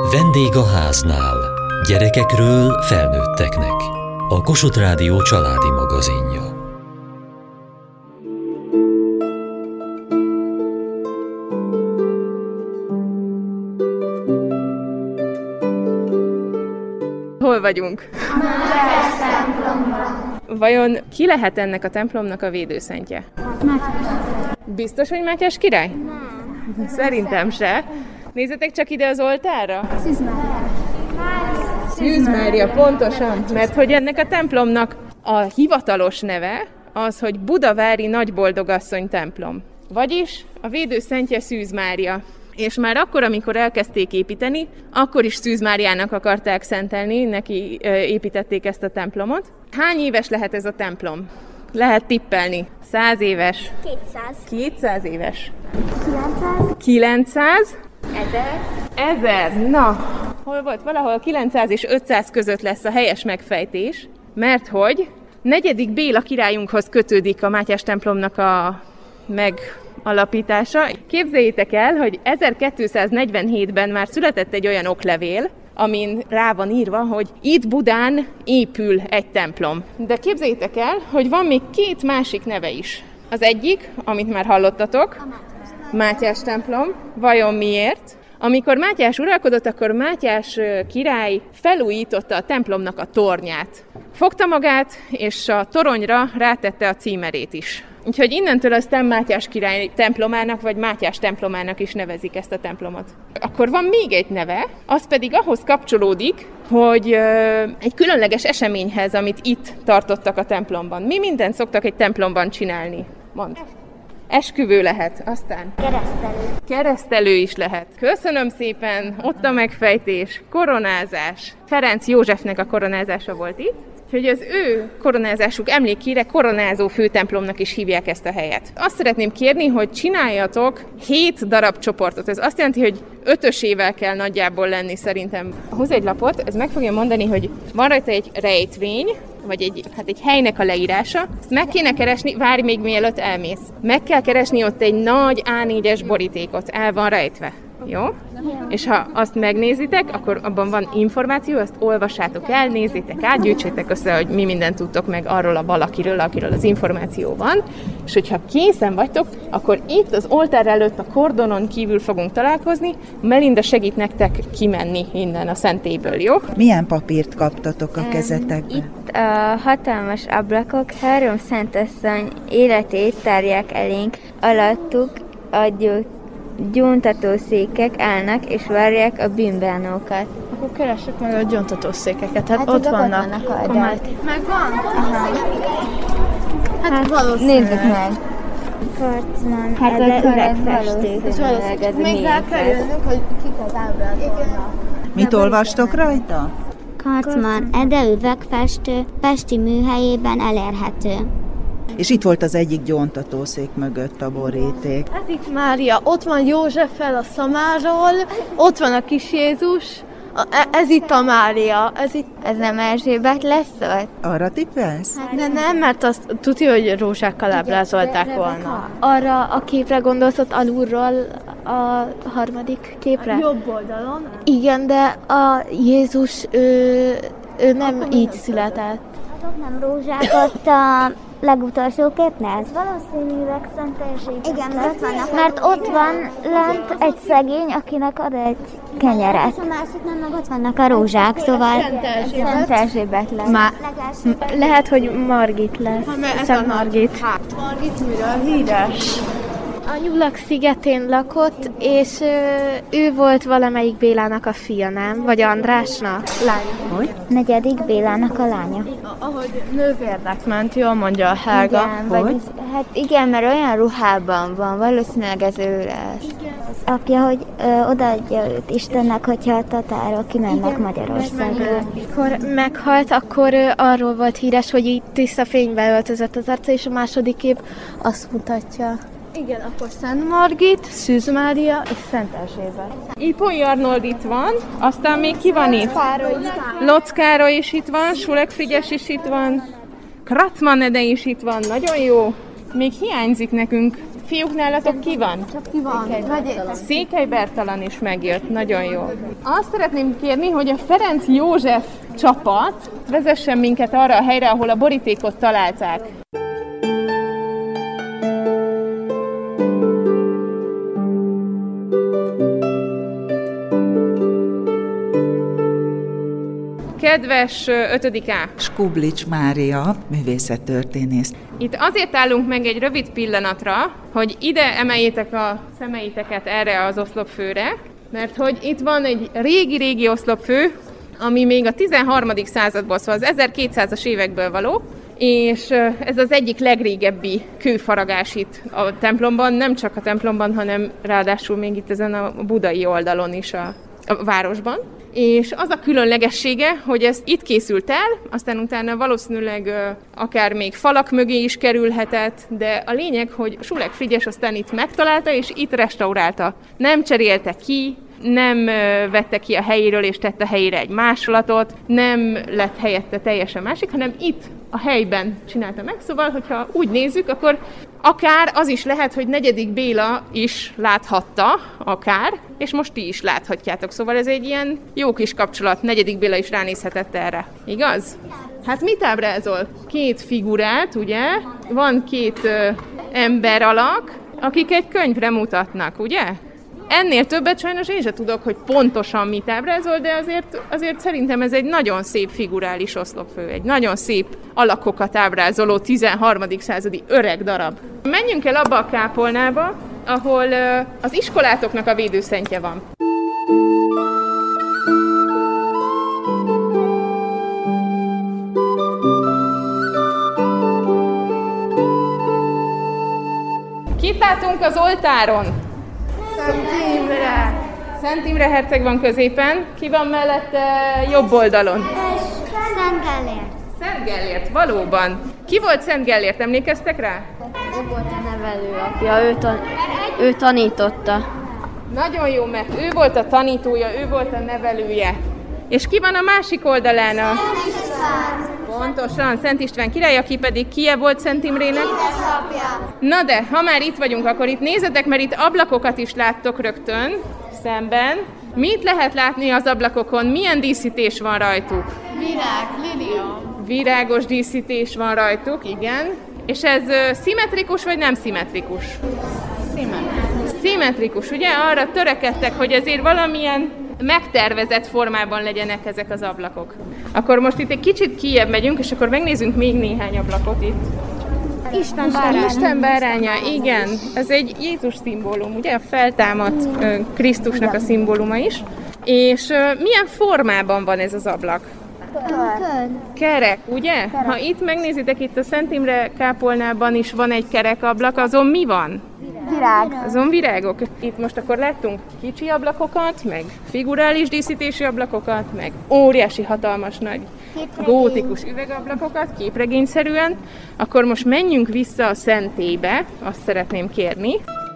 Vendég a háznál. Gyerekekről felnőtteknek. A Kossuth Rádió családi magazinja. Hol vagyunk? A Mátyás templomban. Vajon ki lehet ennek a templomnak a védőszentje? Mátyás. Biztos, hogy Mátyás király? Nem. Szerintem se. Nézzetek csak ide az oltárra. Szűz Mária. Szűz Mária, pontosan. Mert hogy ennek a templomnak a hivatalos neve az, hogy Budavári Nagyboldogasszony templom. Vagyis a védőszentje Szűz Mária. És már akkor, amikor elkezdték építeni, akkor is Szűz Máriának akarták szentelni, neki építették ezt a templomot. Hány éves lehet ez a templom? Lehet tippelni. 100 éves. 200. 200 éves. 900. 900. 1000. 1000. Na, hol volt? Valahol 900 és 500 között lesz a helyes megfejtés, mert hogy 4. Béla királyunkhoz kötődik a Mátyás templomnak a megalapítása. Képzeljétek el, hogy 1247-ben már született egy olyan oklevél, amin rá van írva, hogy itt Budán épül egy templom. De képzeljétek el, hogy van még 2 másik neve is. Az egyik, amit már hallottatok, Mátyás templom. Vajon miért? Amikor Mátyás uralkodott, akkor Mátyás király felújította a templomnak a tornyát. Fogta magát, és a toronyra rátette a címerét is. Úgyhogy innentől aztán Mátyás király templomának, vagy Mátyás templomának is nevezik ezt a templomot. Akkor van még egy neve, az pedig ahhoz kapcsolódik, hogy egy különleges eseményhez, amit itt tartottak a templomban. Mi mindent szoktak egy templomban csinálni? Mondd. Esküvő lehet, aztán? Keresztelő. Keresztelő is lehet. Köszönöm szépen, ott a megfejtés. Koronázás. Ferenc Józsefnek a koronázása volt itt, úgyhogy az ő koronázásuk emlékére koronázó főtemplomnak is hívják ezt a helyet. Azt szeretném kérni, hogy csináljatok 7 darab csoportot. Ez azt jelenti, hogy 5-ösével kell nagyjából lenni szerintem. Húz egy lapot, ez meg fogja mondani, hogy van rajta egy rejtvény, vagy egy helynek a leírása. Ezt meg kéne keresni, várj még mielőtt elmész. Meg kell keresni ott egy nagy A4-es borítékot, el van rejtve. Jó? És ha azt megnézitek, akkor abban van információ, azt olvassátok el, nézzétek át, gyűjtsétek össze, hogy mi mindent tudtok meg arról a valakiről, akiről az információ van, és hogyha készen vagytok, akkor itt az oltár előtt a kordonon kívül fogunk találkozni, Melinda segít nektek kimenni innen a szentélyből, jó? Milyen papírt kaptatok a kezetekbe? Itt a hatalmas ablakok 3 szentasszony életét tárják elénk, alattuk a gyóntatószékek állnak és várják a bűnbánókat. Akkor keressük meg a gyóntatószékeket, hát ott vannak. Megvan? Aha. Hát valószínűleg. Nézzük meg. Karcman, hát a üvegfestő. Még rá kell jönnünk, hogy kik az ábrázolnak. Mit olvastok rajta? Karcman, üvegfestő, pesti műhelyében elérhető. És itt volt az egyik gyóntatószék mögött a boríték. Ez itt Mária, ott van Józseffel a szamáról, ott van a kis Jézus, ez itt a Mária, Ez nem Erzsébet lesz ott? Arra tippelsz? De nem, mert azt tudja, hogy rózsákkal ábrázolták volna. Arra a képre gondolsz ott alulról, a 3. képre? Jobb oldalon. Igen, de a Jézus, ő nem így született. Ott nem rózsák ott a legutolsó képnél? Valószínűleg Szent Erzsébet. Igen, ott vannak. Mert ott van lent egy szegény, akinek ad egy kenyeret. És a másiknál meg ott vannak a rózsák, szóval Szent Erzsébet lesz. Lehet, hogy Margit lesz. Szent Margit. Margit miről híres? A Nyulak szigetén lakott, és ő volt valamelyik Bélának a fia, nem? Vagy Andrásnak? Lánya. Hogy? 4. Bélának a lánya. Ahogy nővérnek ment, jól mondja a Helga. Igen, igen, mert olyan ruhában van, valószínűleg ez ő lesz. Az apja, hogy odaadja őt Istennek, hogyha a tatárok kimennek Magyarországra. Amikor meghalt, akkor arról volt híres, hogy itt tiszta fénybe öltözött az arca, és a második kép azt mutatja. Igen, akkor Szent Margit, Szűz Mária és Szent Erzsébet. Ipói Arnold itt van, aztán még ki van itt? Lotz Károly is itt van, Sulek Frigyes is itt van, Kracman Ede is itt van, nagyon jó. Még hiányzik nekünk Fiúk, nálatok ki van? Csak ki van. Székely Bertalan is megjött, nagyon jó. Azt szeretném kérni, hogy a Ferenc József csapat vezessen minket arra a helyre, ahol a borítékot találták. Kedves 5A! Skublics Mária, művészettörténész. Itt azért állunk meg egy rövid pillanatra, hogy ide emeljétek a szemeiteket erre az oszlopfőre, mert hogy itt van egy régi-régi oszlopfő, ami még a 13. századból, szóval az 1200-as évekből való, és ez az egyik legrégebbi kőfaragás itt a templomban, nem csak a templomban, hanem ráadásul még itt ezen a budai oldalon is a városban. És az a különlegessége, hogy ez itt készült el, aztán utána valószínűleg akár még falak mögé is kerülhetett, de a lényeg, hogy Suleg Frigyes aztán itt megtalálta, és itt restaurálta. Nem cserélte ki, nem vette ki a helyéről, és tette a helyére egy másolatot, nem lett helyette teljesen másik, hanem itt a helyben csinálta meg. Szóval, hogyha úgy nézzük, akkor akár az is lehet, hogy 4. Béla is láthatta, akár, és most ti is láthatjátok. Szóval ez egy ilyen jó kis kapcsolat, 4. Béla is ránézhetett erre. Igaz? Hát mit ábrázol? 2 figurát, ugye? Van 2 ember alak, akik egy könyvre mutatnak, ugye? Ennél többet sajnos én sem tudok, hogy pontosan mit ábrázol, de azért szerintem ez egy nagyon szép figurális oszlopfő, egy nagyon szép alakokat ábrázoló 13. századi öreg darab. Menjünk el abba a kápolnába, ahol az iskolátoknak a védőszentje van. Kit látunk az oltáron? Szent Imre! Szent Imre herceg van középen, ki van mellette jobb oldalon? Szent Gellért. Szent Gellért, valóban. Ki volt Szent Gellért, emlékeztek rá? Ő volt a nevelőapja, ő tanította. Nagyon jó, mert ő volt a tanítója, ő volt a nevelője. És ki van a másik oldalán? Szent István. Pontosan, Szent István király, aki pedig kie volt Szent Imrének? Na de, ha már itt vagyunk, akkor itt nézzetek, mert itt ablakokat is láttok rögtön szemben. Mit lehet látni az ablakokon? Milyen díszítés van rajtuk? Virág, lilia. Virágos díszítés van rajtuk, igen. És ez szimmetrikus vagy nem szimmetrikus? Szimmetrikus, ugye? Arra törekedtek, hogy ezért valamilyen megtervezett formában legyenek ezek az ablakok. Akkor most itt egy kicsit kijjebb megyünk, és akkor megnézzünk még néhány ablakot itt. Isten báránya, igen. Ez egy Jézus szimbólum, ugye? A feltámadt Krisztusnak a szimbóluma is. És milyen formában van ez az ablak? Kerek, ugye? Ha itt megnézitek, itt a Szent Imre kápolnában is van egy kerek ablak, azon mi van? Virág. Azon virágok. Itt most akkor láttunk kicsi ablakokat, meg figurális díszítési ablakokat, meg óriási, hatalmas nagy gótikus üvegablakokat, képregényszerűen. Akkor most menjünk vissza a szentélybe, azt szeretném kérni.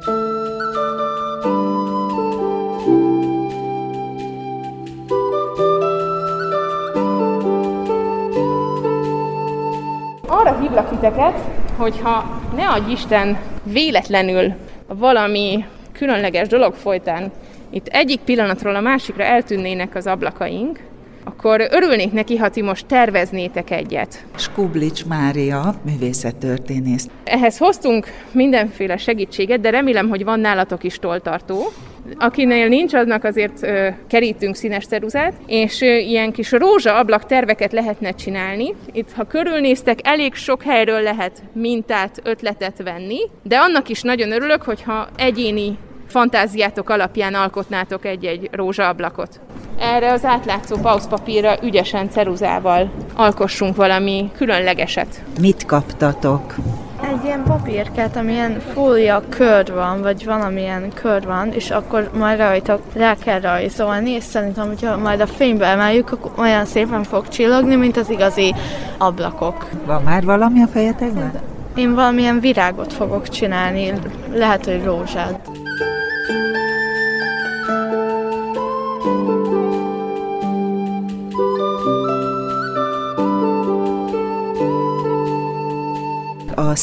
Arra hívlak titeket, hogyha ne adj Isten véletlenül valami különleges dolog folytán itt egyik pillanatról a másikra eltűnnének az ablakaink, akkor örülnék neki, ha ti most terveznétek egyet. Skublics Mária, művészettörténész. Ehhez hoztunk mindenféle segítséget, de remélem, hogy van nálatok is tolltartó. Akinél nincs, aznak azért kerítünk színes ceruzát, és ilyen kis rózsaablak terveket lehetne csinálni. Itt, ha körülnéztek, elég sok helyről lehet mintát, ötletet venni, de annak is nagyon örülök, hogyha egyéni fantáziátok alapján alkotnátok egy-egy rózsaablakot. Erre az átlátszó pauszpapírra ügyesen ceruzával alkossunk valami különlegeset. Mit kaptatok? Egy ilyen papírkát, amilyen fólia kör van, vagy valamilyen kör van, és akkor majd rajta rá kell rajzolni, és szerintem, hogyha majd a fénybe emeljük, akkor olyan szépen fog csillogni, mint az igazi ablakok. Van már valami a fejetekben? Én valamilyen virágot fogok csinálni, lehet, hogy rózsát. A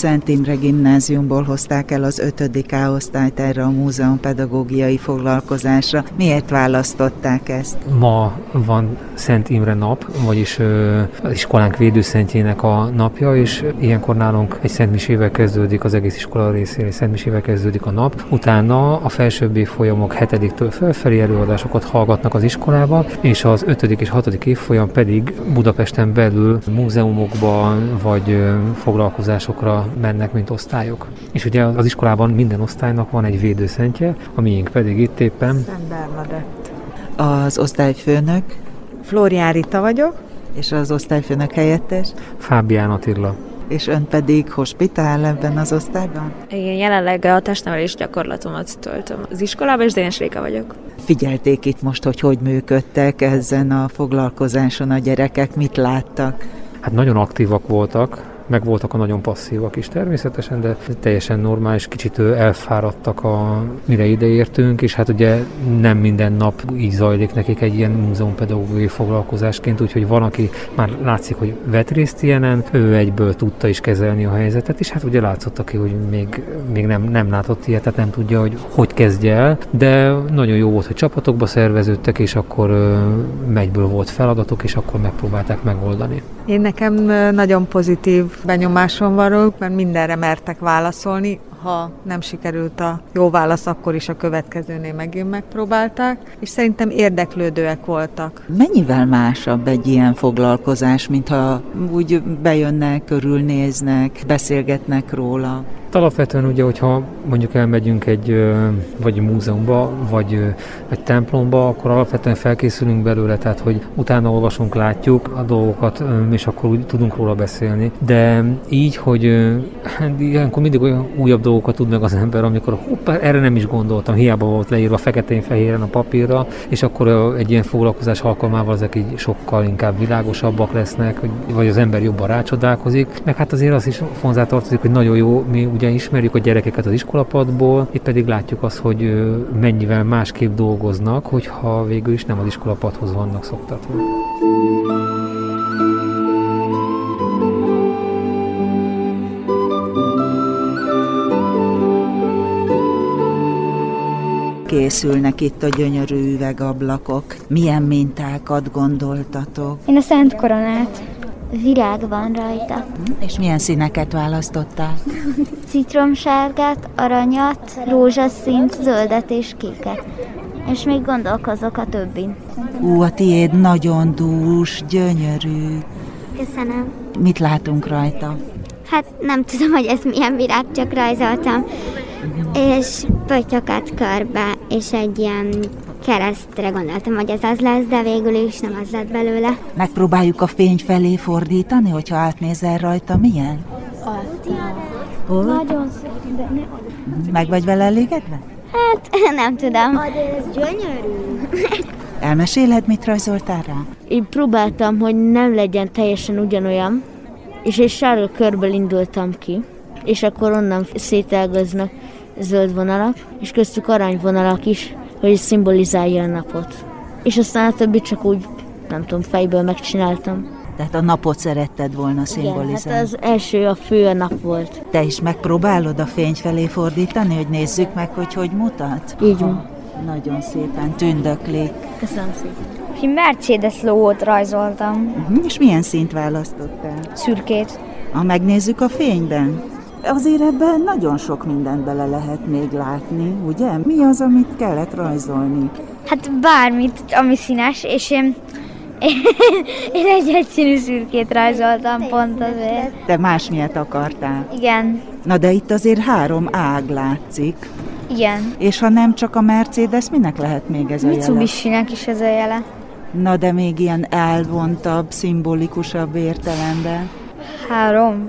Szent Imre Gimnáziumból hozták el az 5. A osztályt erre a múzeumpedagógiai foglalkozásra. Miért választották ezt? Ma van Szent Imre nap, vagyis az iskolánk védőszentjének a napja, és ilyenkor nálunk egy szentmisével kezdődik, az egész iskola részére szentmisével kezdődik a nap. Utána a felsőbb évfolyamok 7-től felfelé előadásokat hallgatnak az iskolába, és az 5. és 6. évfolyam pedig Budapesten belül múzeumokba vagy foglalkozásokra mennek, mint osztályok. És ugye az iskolában minden osztálynak van egy védőszentje, a miénk pedig itt éppen Szent Bernadett. Az osztályfőnök? Flórián Rita vagyok. És az osztályfőnök helyettes? Fábián Attila. És ön pedig hospitál ebben az osztályban? Én jelenleg a testnevelés gyakorlatomat töltöm az iskolában, és Dénes Réka vagyok. Figyelték itt most, hogy működtek ezen a foglalkozáson a gyerekek, mit láttak? Hát nagyon aktívak voltak, meg voltak a nagyon passzívak is természetesen, de teljesen normális, kicsit elfáradtak, mire ideértünk, és hát ugye nem minden nap így zajlik nekik egy ilyen múzeumpedagógiai foglalkozásként, úgyhogy van, aki már látszik, hogy vett részt ilyenen, ő egyből tudta is kezelni a helyzetet, és hát ugye látszott, aki, hogy még nem látott ilyet, tehát nem tudja, hogy kezdje el, de nagyon jó volt, hogy csapatokba szerveződtek, és akkor egyből volt feladatok, és akkor megpróbálták megoldani. Én nekem nagyon pozitív benyomásom van róluk, mert mindenre mertek válaszolni. Ha nem sikerült a jó válasz, akkor is a következőnél megint megpróbálták, és szerintem érdeklődőek voltak. Mennyivel másabb egy ilyen foglalkozás, mintha úgy bejönnek, körülnéznek, beszélgetnek róla? Alapvetően ugye, hogyha mondjuk elmegyünk vagy múzeumba, vagy egy templomba, akkor alapvetően felkészülünk belőle, tehát hogy utána olvasunk, látjuk a dolgokat, és akkor úgy tudunk róla beszélni. De így, hogy ilyenkor mindig olyan újabb dolgokat tud meg az ember, amikor hoppá, erre nem is gondoltam, hiába volt leírva feketén-fehéren a papírra, és akkor egy ilyen foglalkozás alkalmával ezek így sokkal inkább világosabbak lesznek, vagy az ember jobban rácsodálkozik. Meg hát azért az is hozzátartozik, hogy nagyon jó, mi ugye ismerjük a gyerekeket az iskolapadból, itt pedig látjuk azt, hogy mennyivel másképp dolgoznak, hogyha végül is nem az iskolapadhoz vannak szoktatva. Készülnek itt a gyönyörű üvegablakok. Milyen mintákat gondoltatok? Én a Szent Koronát. Virág van rajta. És milyen színeket választottál? Citromsárgát, aranyat, rózsaszínt, zöldet és kéket. És még gondolkozok a többin. A tiéd nagyon dús, gyönyörű. Köszönöm. Mit látunk rajta? Hát nem tudom, hogy ez milyen virág, csak rajzoltam. És pöttyokat körbe, és egy ilyen keresztre gondoltam, hogy ez az lesz, de végül is nem az lett belőle. Megpróbáljuk a fény felé fordítani, hogyha átnézel rajta, milyen? Hol? Nagyon szép, de ne... Meg vagy vele elégedve? Hát nem tudom. Ez gyönyörű. Elmeséled, mit rajzoltál rá? Én próbáltam, hogy nem legyen teljesen ugyanolyan, és egy sárga körből indultam ki, és akkor onnan szétágaznak zöld vonalak, és köztük aranyvonalak is, hogy szimbolizálja a napot. És aztán a többi csak úgy, nem tudom, fejből megcsináltam. Tehát a napot szeretted volna szimbolizálni? Igen, hát az első, a fő a nap volt. Te is megpróbálod a fény felé fordítani, hogy nézzük meg, hogy mutat? Így van. Nagyon szépen tündöklik. Köszönöm szépen. Én Mercedes lót rajzoltam. És milyen színt választottál? Szürkét. Ha megnézzük a fényben, azért ebben nagyon sok mindent bele lehet még látni, ugye? Mi az, amit kellett rajzolni? Hát bármit, ami színes, és én egy egyszínű szürkét rajzoltam pont azért. Te más miatt akartál? Igen. Na de itt azért 3 ág látszik. Igen. És ha nem csak a Mercedes, minek lehet még ez a jele? Mitsubishi-nek is ez a jele. Na de még ilyen elvontabb, szimbolikusabb értelemben. 3.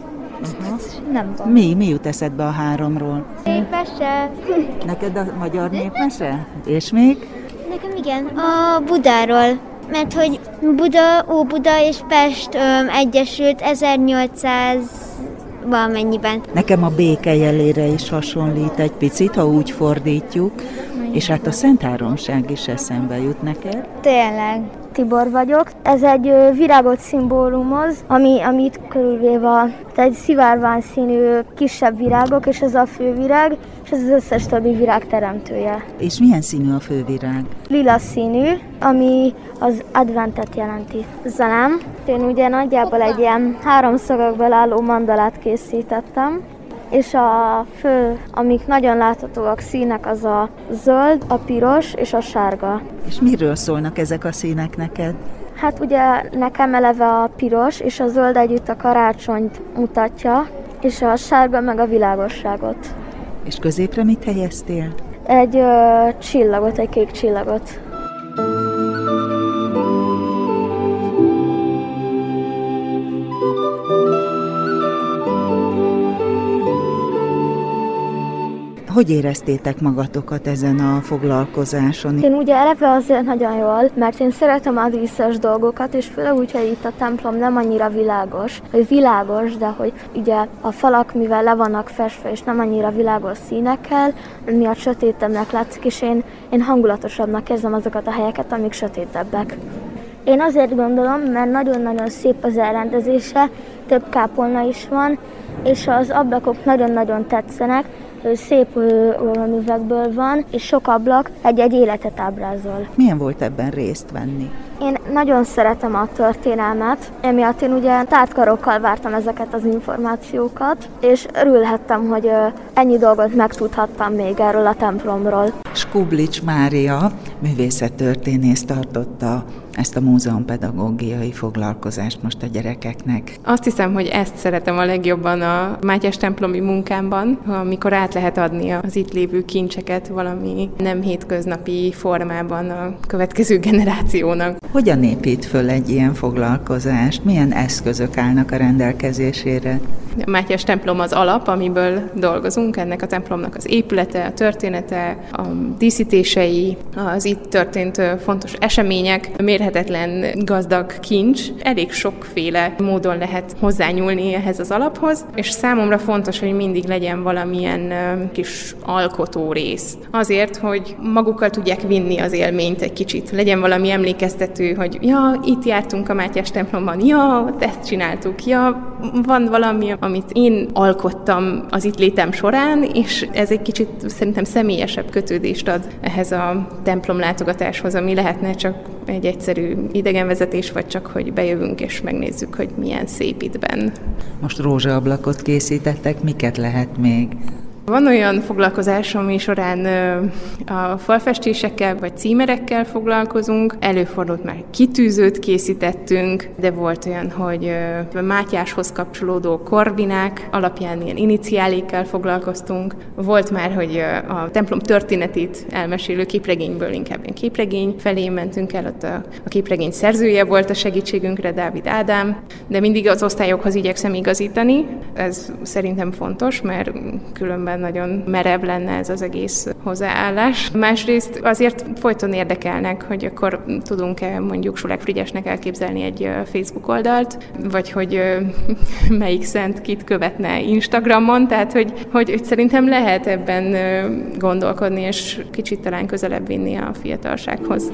Nem tudom. Mi jut eszedbe a 3-ról? Népmese. Neked a magyar népmese? És még? Nekem igen. A Budáról. Mert hogy Buda és Pest egyesült 1800 valamennyiben. Nekem a béke jelére is hasonlít egy picit, ha úgy fordítjuk, és hát a Szent Háromság is eszembe jut neked. Tényleg. Tibor vagyok. Ez egy virágot szimbólumoz, amit körülvéve egy szivárvány színű kisebb virágok, és ez a fővirág, és ez az összes többi virág teremtője. És milyen színű a fővirág? Lila színű, ami az adventet jelenti. Zenám. Én ugye nagyjából egy ilyen 3 szögekből álló mandalát készítettem, és a fő, amik nagyon láthatóak színek, az a zöld, a piros és a sárga. És miről szólnak ezek a színek neked? Hát ugye nekem eleve a piros és a zöld együtt a karácsonyt mutatja, és a sárga meg a világosságot. És középre mit helyeztél? Egy csillagot, egy kék csillagot. Hogy éreztétek magatokat ezen a foglalkozáson? Én ugye eleve azért nagyon jól, mert én szeretem a díszes dolgokat, és főleg úgy, hogy itt a templom nem annyira világos, vagy világos, de hogy ugye a falak, mivel le vannak festve, és nem annyira világos színekkel, miatt sötétebbnek látszik, és én hangulatosabbnak érzem azokat a helyeket, amik sötétebbek. Én azért gondolom, mert nagyon-nagyon szép az elrendezése, több kápolna is van, és az ablakok nagyon-nagyon tetszenek, szép művekből van, és sok ablak egy-egy életet ábrázol. Milyen volt ebben részt venni? Én nagyon szeretem a történelmet, emiatt én ugye tártkarokkal vártam ezeket az információkat, és örülhettem, hogy ennyi dolgot megtudhattam még erről a templomról. Skublics Mária, művészettörténész tartotta ezt a múzeumpedagógiai foglalkozást most a gyerekeknek. Azt hiszem, hogy ezt szeretem a legjobban a Mátyás templomi munkámban, amikor át lehet adni az itt lévő kincseket valami nem hétköznapi formában a következő generációnak. Hogyan épít föl egy ilyen foglalkozást? Milyen eszközök állnak a rendelkezésére? A Mátyás templom az alap, amiből dolgozunk, ennek a templomnak az épülete, a története, a díszítései, az itt történt fontos események, mérhetetlen gazdag kincs. Elég sokféle módon lehet hozzányúlni ehhez az alaphoz, és számomra fontos, hogy mindig legyen valamilyen kis alkotó rész. Azért, hogy magukkal tudják vinni az élményt egy kicsit. Legyen valami emlékeztető, hogy ja, itt jártunk a Mátyás templomban, ja, ezt csináltuk, ja, van valami, amit én alkottam az itt létem során, és ez egy kicsit szerintem személyesebb kötődést ad ehhez a templom látogatáshoz, ami lehetne csak egy egyszerű idegenvezetés, vagy csak, hogy bejövünk és megnézzük, hogy milyen szép itt benn. Most rózsaablakot készítettek, miket lehet még? Van olyan foglalkozás, ami során a falfestésekkel vagy címerekkel foglalkozunk. Előfordult már, kitűzőt készítettünk, de volt olyan, hogy Mátyáshoz kapcsolódó korvinák alapján ilyen iniciálékkel foglalkoztunk. Volt már, hogy a templom történetét elmesélő képregényből inkább ilyen képregény felé mentünk el, ott a képregény szerzője volt a segítségünkre, Dávid Ádám, de mindig az osztályokhoz igyekszem igazítani. Ez szerintem fontos, mert különben nagyon merev lenne ez az egész hozzáállás. Másrészt azért folyton érdekelnek, hogy akkor tudunk-e mondjuk Sulák Frigyesnek elképzelni egy Facebook oldalt, vagy hogy melyik szent kit követne Instagramon, tehát hogy szerintem lehet ebben gondolkodni, és kicsit talán közelebb vinni a fiatalsághoz.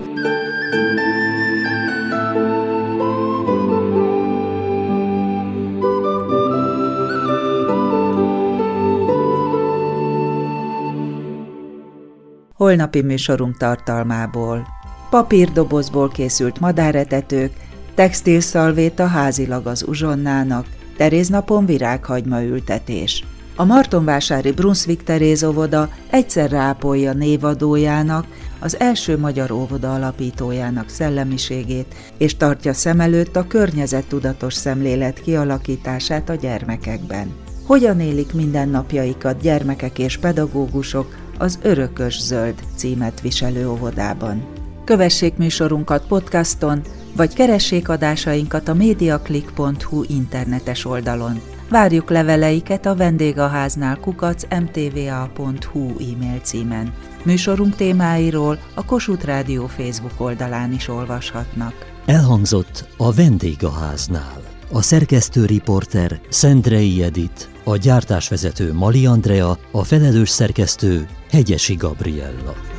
Holnapi műsorunk tartalmából: papírdobozból készült madáretetők, textilszalvéta házilag az uzsonnának, Teréznapon virághagyma ültetés. A martonvásári Brunswick Teréz óvoda egyszerre ápolja névadójának, az első magyar óvoda alapítójának szellemiségét, és tartja szem előtt a környezettudatos szemlélet kialakítását a gyermekekben. Hogyan élik mindennapjaikat gyermekek és pedagógusok az Örökös Zöld címet viselő óvodában? Kövessék műsorunkat podcaston, vagy keressék adásainkat a mediaclick.hu internetes oldalon. Várjuk leveleiket a vendégháznál @mtva.hu e-mail címen. Műsorunk témáiról a Kossuth Rádió Facebook oldalán is olvashatnak. Elhangzott a vendégháznál. A szerkesztő-riporter Szendrei Edit, a gyártásvezető Mali Andrea, a felelős szerkesztő Hegyesi Gabriella.